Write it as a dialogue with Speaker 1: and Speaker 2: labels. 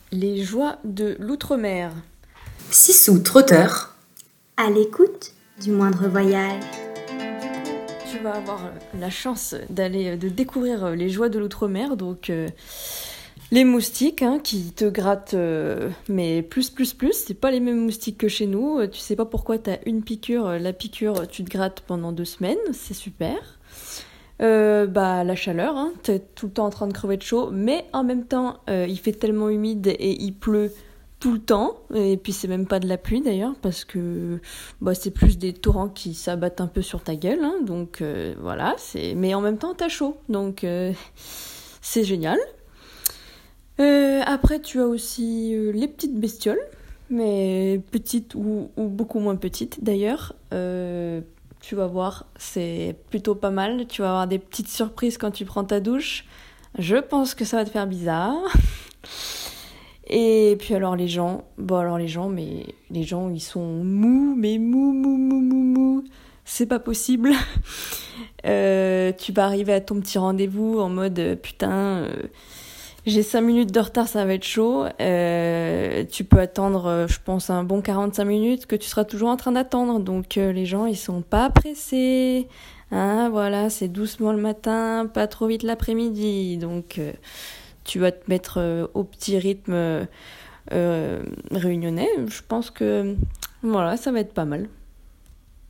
Speaker 1: Les joies de l'outre-mer.
Speaker 2: 6 sous trotteur.
Speaker 3: À l'écoute du moindre voyage.
Speaker 1: Tu vas avoir la chance de découvrir les joies de l'outre-mer, donc les moustiques qui te grattent, mais plus, c'est pas les mêmes moustiques que chez nous, tu sais pas pourquoi t'as une piqûre, la piqûre tu te grattes pendant 2 semaines, c'est super. La chaleur, t'es tout le temps en train de crever de chaud, mais en même temps il fait tellement humide et il pleut tout le temps, et puis c'est même pas de la pluie d'ailleurs, parce que c'est plus des torrents qui s'abattent un peu sur ta gueule, donc voilà, mais en même temps t'as chaud, donc c'est génial. Après tu as aussi les petites bestioles, mais petites ou beaucoup moins petites d'ailleurs. Tu vas voir, c'est plutôt pas mal. Tu vas avoir des petites surprises quand tu prends ta douche. Je pense que ça va te faire bizarre. Et puis alors les gens, ils sont mous, mais mous. C'est pas possible. Tu vas arriver à ton petit rendez-vous en mode putain, j'ai 5 minutes de retard, ça va être chaud. Tu peux attendre, je pense, un bon 45 minutes que tu seras toujours en train d'attendre. Donc les gens, ils sont pas pressés. Voilà, c'est doucement le matin, pas trop vite l'après-midi. Donc tu vas te mettre au petit rythme réunionnais. Je pense que voilà, ça va être pas mal.